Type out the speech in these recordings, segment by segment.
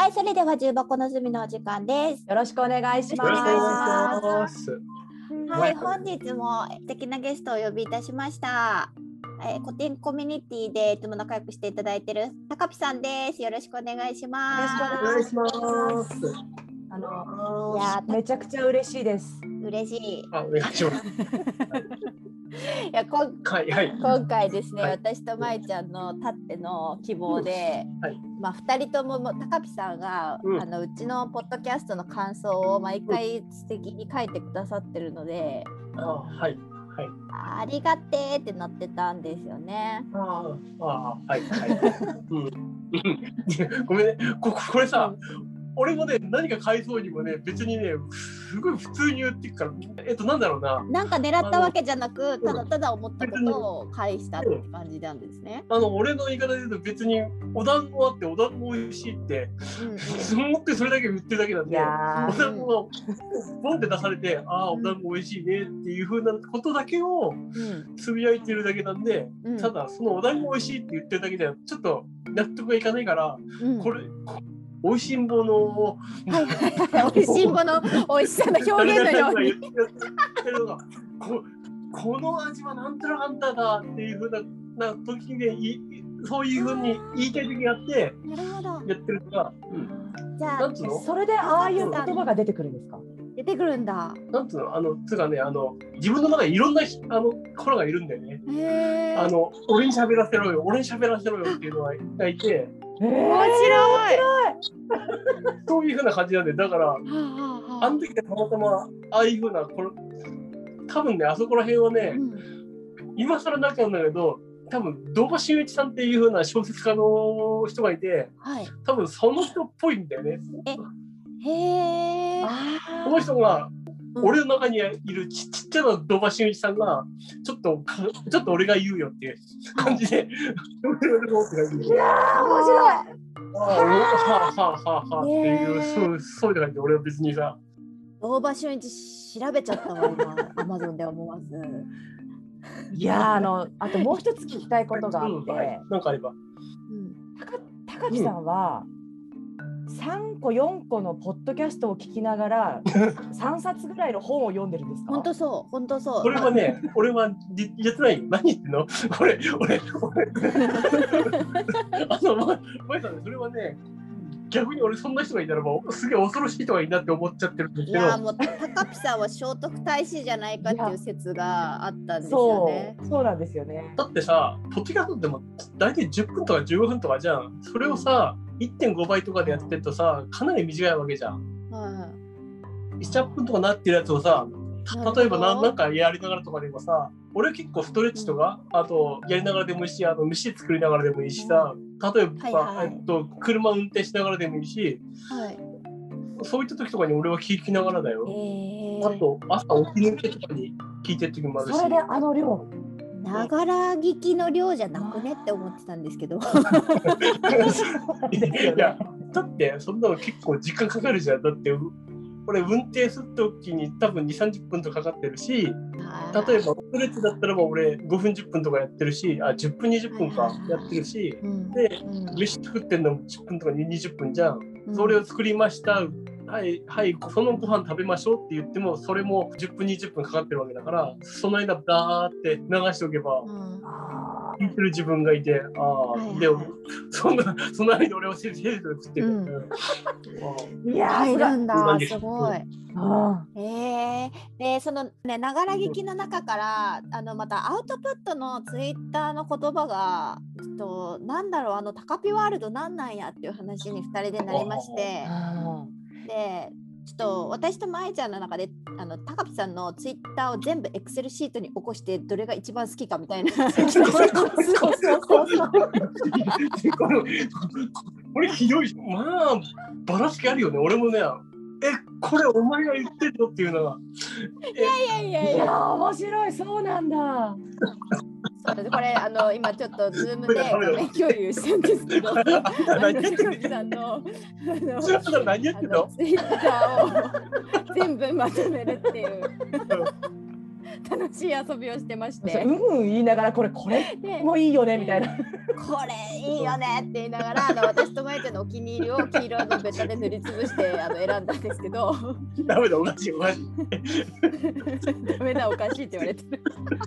はい、それでは重箱の隅のお時間です。 よろしくお願いしよろしくお願いしまます。 はい、本日も素敵なゲストをお呼びいたしました。古典コミュニティでいつも仲良くしていただいている高ピさんです。よろしくお願いします。 よろしくお願いします。いやめちゃくちゃ嬉しいです。 嬉しい。 お願いします。 いや今回ですね、 はい、 私とまいちゃんのたっての希望で、2人とも高ピさんが、うちのポッドキャストの感想を毎回素敵に書いてくださってるので、ありがてーってなってたんですよね。 ごめんね、これさ、俺もね、何か買いそうにもね、別にね、すごい普通に言ってくから、なんだろうな。 なんか狙ったわけじゃなく、ただただ思ったことを返したって感じなんですね。 俺の言い方で言うと、別にお団子あって、お団子美味しいって、思ってそれだけ言ってるだけなんで、お団子がボンって出されて、お団子美味しいねっていう風なことだけをつぶやいてるだけなんで、ただ、そのお団子美味しいって言ってるだけでは、ちょっと納得がいかないから、美味しんぼの美味しんぼの美味しさの表現のようにこの味はなんたらかんただっていう風な時にそういう風に言いたい時があってやってるから、 じゃあそれでああいう言葉が出てくるんですか？ 出てくるんだ。 なんつうのつがね自分の中にいろんな子らがいるんだよね。俺に喋らせろよっていうのがいて。 面白いそういう風な感じなんで、だからあの時たまたまああいう風な多分ね、あそこら辺はね、今更なっちゃうんだけど、多分堂場真一さんっていう風な小説家の人がいて、多分その人っぽいんだよね。この人が俺の中にいるちっちゃな堂場真一さんがちょっと俺が言うよっていう感じで、 いやー面白い。 っていうそういう感じで、俺は別にさ堂場真一調べちゃったわ今アマゾンで思わず。 いやあともう一つ聞きたいことがあって、 なんかあれば、 高木さんは3個4個のポッドキャストを聞きながら3冊ぐらいの本を読んでるんですか？ 本当そう。 これはね、俺はやってないよ。何言ってんの？俺前さんね、それはね、逆に俺そんな人がいたらばすげえ恐ろしい人がいいなって思っちゃってるんですけど。 いやもう高ピさんは聖徳太子じゃないかっていう説があったんですよね。 そうなんですよね。 だってさ、ポッドキャストっても大体10分とか15分とかじゃん。それをさ、1.5 倍とかでやってるとさ、かなり短いわけじゃん。1分とかなってるやつをさ、例えばなんかやりながらとかでもさ、俺結構ストレッチとか、あとやりながらでもいいし、飯作りながらでもいいしさ、例えば、車運転しながらでもいいし、そういった時とかに俺は聞きながらだよ。あと朝起き抜けとかに聞いてる時もあるし。 それで量。 ながら聞きの量じゃなくねって思ってたんですけど。 いや、だってそんなの結構時間かかるじゃん。だって俺運転する時に多分 2,30 分とかかってるし、例えばストレッチだったらば俺5分10分とかやってるし、10分20分かやってるし、で、飯作ってんのも10分とか20分じゃん。それを作りました。はい、そのご飯食べましょうって言っても、それも10分20分かかってるわけだから、その間ダーって流しておけば、聞いてる自分がいて、でその間俺はセリフで食ってる。 いや入るんだ、すごい。でそのね、ながら聞きの中からまたアウトプットのツイッターの言葉がなんだろう、タカピワールドなんなんやっていう話に2人でなりまして、でちょっと私とまいちゃんの中で高ピさんのツイッターを全部エクセルシートに起こして、どれが一番好きかみたいな。 これひどい。まあばらつきあるよね。俺もね、これお前が言ってるのっていうのが。 いや面白い。そうなんだ。 これ今ちょっとズームで画面共有したんですけど、高木さんのツイッターを全部まとめるっていう。 楽しい遊びをしてまして、 言いながらこれもいいよねみたいな。 これいいよねって言いながら私とまゆちゃんのお気に入りを黄色のベタで塗りつぶして選んだんですけどダメだおかしいおかしいダメだおかしいって言われてる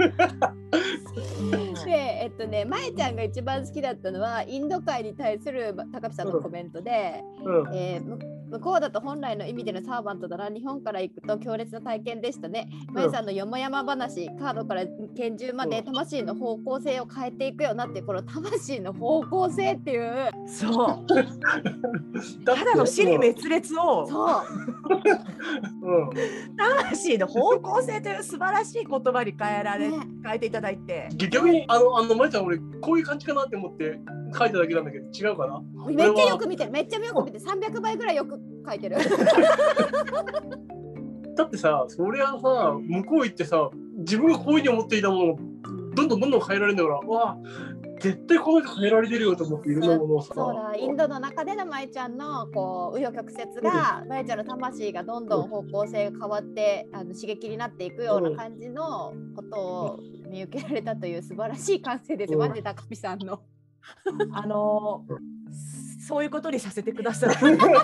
でまゆちゃんが一番好きだったのはインド界に対する高木さんのコメントで、向こうだと本来の意味でのサーバントだな、日本から行くと強烈な体験でしたね。まゆさんのよもやま話、カードから拳銃まで魂の方向性を変えていくよなっていう、この魂の方向性っていう、 そうただの死に滅裂を、 そう魂の方向性という素晴らしい言葉に変えていただいて、 逆にまゆちゃん俺こういう感じかなって思って書いただけなんだけど違うかな。 めっちゃよく見てる、めっちゃよく見てる、300倍ぐらいよく書いてるだってさ、そりゃさ向こう行ってさ、自分がこういうふうに思っていたものをどんどん変えられるんだから、わあ絶対この人変えられてるよと思っていろんなものをさ、 そうだ、インドの中でのまゆちゃんのこう紆余曲折が、まゆちゃんの魂がどんどん方向性が変わって刺激になっていくような感じのことを見受けられたという素晴らしい感性ですよ、マジで高見さんのそういうことにさせてください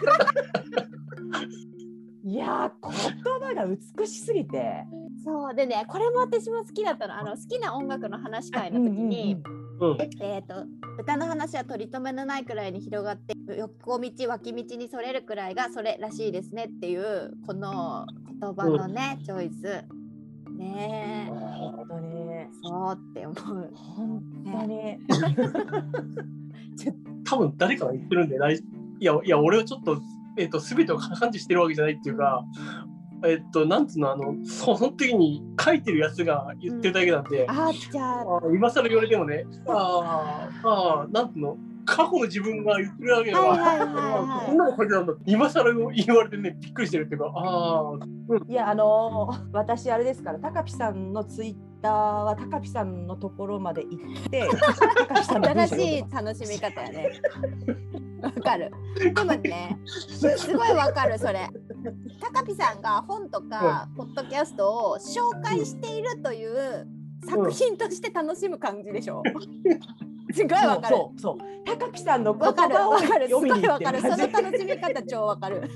いや言葉が美しすぎて。 そうでね、これも私も好きだったの。好きな音楽の話会の時に、歌の話は取り留めのないくらいに広がって横道脇道にそれるくらいがそれらしいですねっていうこの言葉のね、チョイスね、 本当にそうって思う。 本当に多分誰かが言ってるんでない。いや俺はちょっと全てを感知してるわけじゃないっていうか、なんつうのその時に書いてるやつが言ってるだけなんで、 じゃあ今更言われてもね、なんつうの過去の自分が言ってるわけだから、こんなの書いてたんだって今更言われてねびっくりしてるっていうか、 いや私あれですから、高木さんのツイッターは高木さんのところまで行って高木さんの新しい楽しみ方やね。わかる。でもね、すごいわかるそれ。高木さんが本とかポッドキャストを紹介しているという作品として楽しむ感じでしょ。すごいわかる。 そう高木さんの言葉を読みに行ってる感じ。 その楽しみ方超わかる。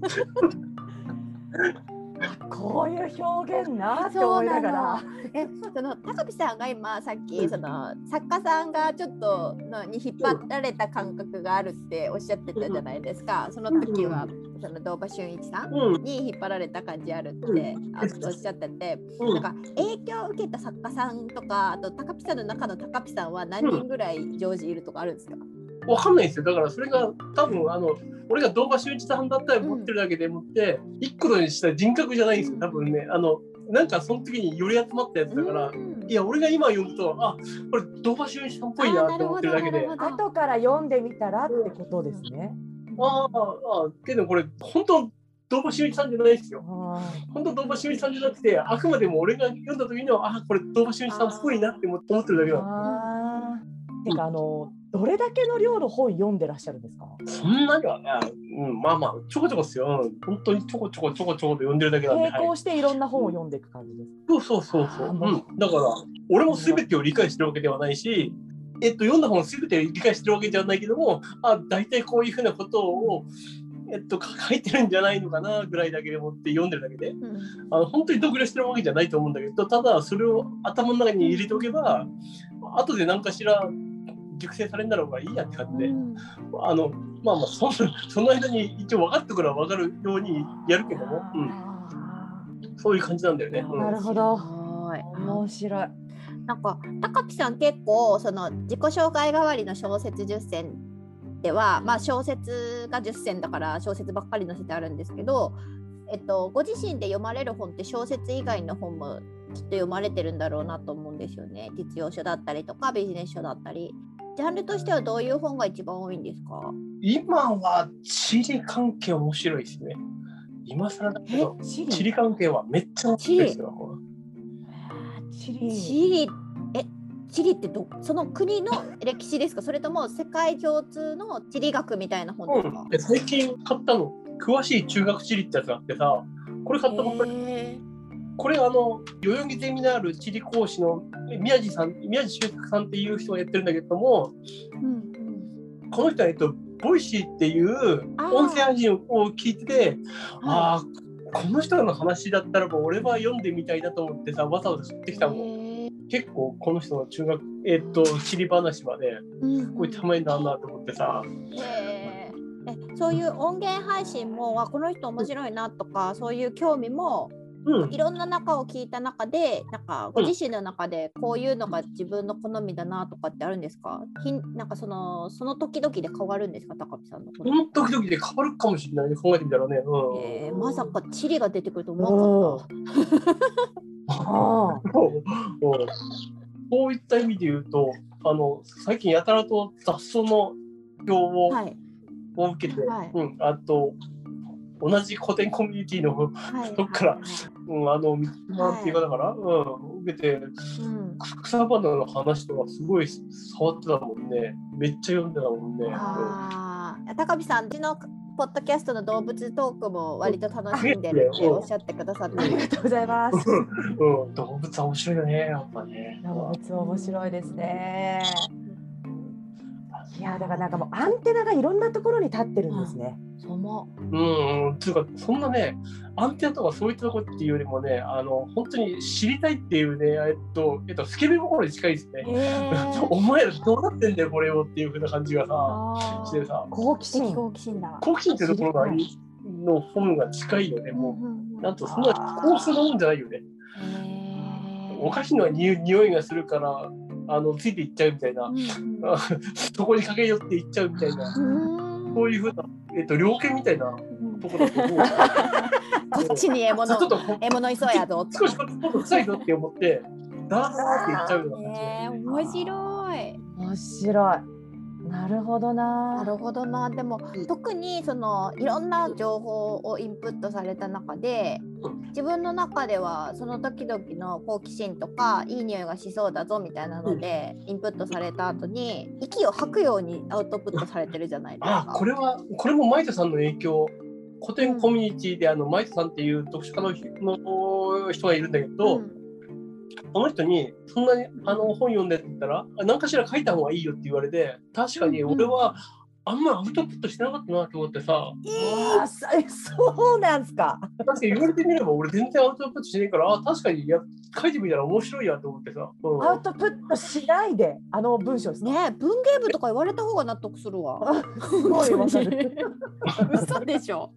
こういう表現なって思いながら、 その高木さんが今さっきその作家さんがちょっとに引っ張られた感覚があるっておっしゃってたじゃないですか。その時はその堂場俊一さんに引っ張られた感じあるっておっしゃってて、なんか影響を受けた作家さんとか、あと高木さんの中の高木さんは何人ぐらい常時いるとかあるんですか？ わかんないですよ。だからそれが多分俺が堂場俊一さんだったら持ってるだけでもって一個にした人格じゃないんですよ。多分ねなんかその時により集まったやつだから、いや俺が今読むとこれ堂場俊一さんっぽいなって思ってるだけで、 後から読んでみたらってことですね。 けどこれ本当堂場俊一さんじゃないですよ。本当堂場俊一さんじゃなくて、あくまでも俺が読んだ時にはこれ堂場俊一さんっぽいなって思ってるだけなんです。 てかどれだけの量の本読んでらっしゃるんですか？ そんなにはね、まあちょこちょこですよ。本当にちょこちょこと読んでるだけなんで。 並行していろんな本を読んだ感じですか？ そう。だから俺も全てを理解してるわけではないし、読んだ本全て理解してるわけではないけども、大体こういうふうなことを書いてるんじゃないのかなぐらいだけでもって読んでるだけで、本当に読了してるわけじゃないと思うんだけど、ただそれを頭の中に入れておけば後で何かしら熟成されるんだろうがいいやって感じで、その間に一応分かってから分かるようにやるけども、そういう感じなんだよね。 なるほど、面白い。 なんか高木さん結構その自己紹介代わりの小説10選では、小説が10選だから小説ばっかり載せてあるんですけど、ご自身で読まれる本って小説以外の本もきっと読まれてるんだろうなと思うんですよね。実用書だったりとかビジネス書だったり。ジャンルとしてはどういう本が一番多いんですか？ 今は地理関係面白いですね。今更だけど地理関係はめっちゃ面白いですよ。 地理ってその国の歴史ですか？それとも世界共通の地理学みたいな本ですか？ 最近買ったの詳しい中学地理ってやつがあってさ、これ買ったばっかり。 これ代々木ゼミナール地理講師の宮地修作さんっていう人がやってるんだけども、この人はボイシーっていう音声配信を聞いてて、ああこの人の話だったらば俺は読んでみたいなと思ってさ、わざわざ振ってきたもん。結構この人の地理話はね、すごいためになるなと思ってさ。 そういう音源配信もこの人面白いなとか、そういう興味も、いろんな中を聞いた中で、なんかご自身の中でこういうのが自分の好みだなとかってあるんですか？なんかその時々で変わるんですか、高見さんの。 その時々で変わるかもしれないね、考えてみたらね。 まさか地理が出てくると思わなかった。 そういった意味で言うと、最近やたらと雑草の表を受けて、あと同じ古典コミュニティのとこから、三つっていう方から、受けて、草花の話とかすごい触ってたもんね。めっちゃ読んでたもんね。 高見さん、うちのポッドキャストの動物トークも割と楽しんでるっておっしゃってくださって、 ありがとうございます。 動物は面白いよね、やっぱね。 動物は面白いですね。いやだからなんかもうアンテナがいろんなところに立ってるんですね。 そう思う。つうかそんなね、アンテナとかそういったところっていうよりもね、本当に知りたいっていうね、スケベ心に近いですね。お前らどうなってんだよこれをっていう風な感じがさしてさ。 好奇心だ。 好奇心ってところがの本が近いよね。もうなんとそんなコースのもんじゃないよね。おかしいのは匂いがするからついていっちゃうみたいな、そこに駆け寄っていっちゃうみたいな、そういうふうな猟犬みたいなところだと思う。 こっちに獲物いそうやぞ。 少し臭いぞって思ってダーダーっていっちゃうような感じ。 面白い。 面白い。なるほどな。 なるほどな。でも特にいろんな情報をインプットされた中で、自分の中ではその時々の好奇心とかいい匂いがしそうだぞみたいなので、インプットされた後に息を吐くようにアウトプットされてるじゃないですか。 これもマイトさんの影響。古典コミュニティでマイトさんっていう読書家の人がいるんだけど、その人にそんなに本読んでって言ったら何かしら書いた方がいいよって言われて、確かに俺はあんまりアウトプットしてなかったなと思ってさ。 そうなんすか。 確かに言われてみれば俺全然アウトプットしないから、確かに書いてみたら面白いやと思ってさ。 アウトプットしないで文章ですね。文芸部とか言われた方が納得するわ。 すごいわかる。 嘘でしょ。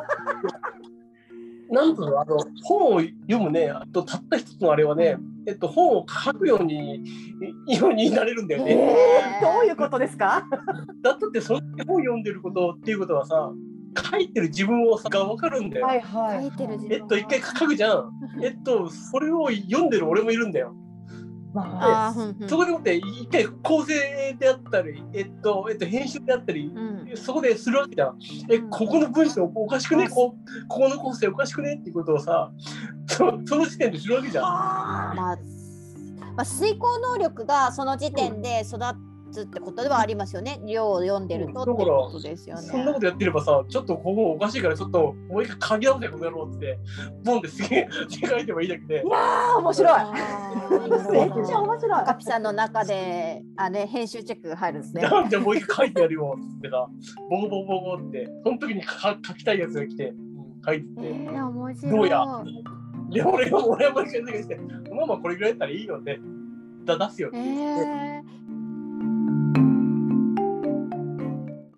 なんと本を読むね、たった一つのあれはね、本を書くようになれるんだよね。 どういうことですか？ だってその本読んでることっていうことはさ、書いてる自分が分かるんだよ。 書いてる自分。 一回書くじゃん。それを読んでる俺もいるんだよ。そこでもって一回構成であったり、編集であったり、そこでするわけじゃん。ここの文章おかしくね、ここの構成おかしくねっていうことをさ、その時点でするわけじゃん。 遂行能力がその時点で育つってことではありますよね。量を読んでるとってことですよね。 そんなことやってればさ、ちょっとここおかしいからちょっともう一回書き直せこの野郎ってボンですげえ書いてもいいだけで。 いやー面白い。めっちゃ面白い。 カピさんの中で編集チェックが入るんですね。 じゃあもう一回書いてやるよってさ、ボコボコボコってその時に書きたいやつが来て書いてて、 面白い。 どうや。で俺はもう一回して、ママこれぐらいやったらいいよって出すよって言って。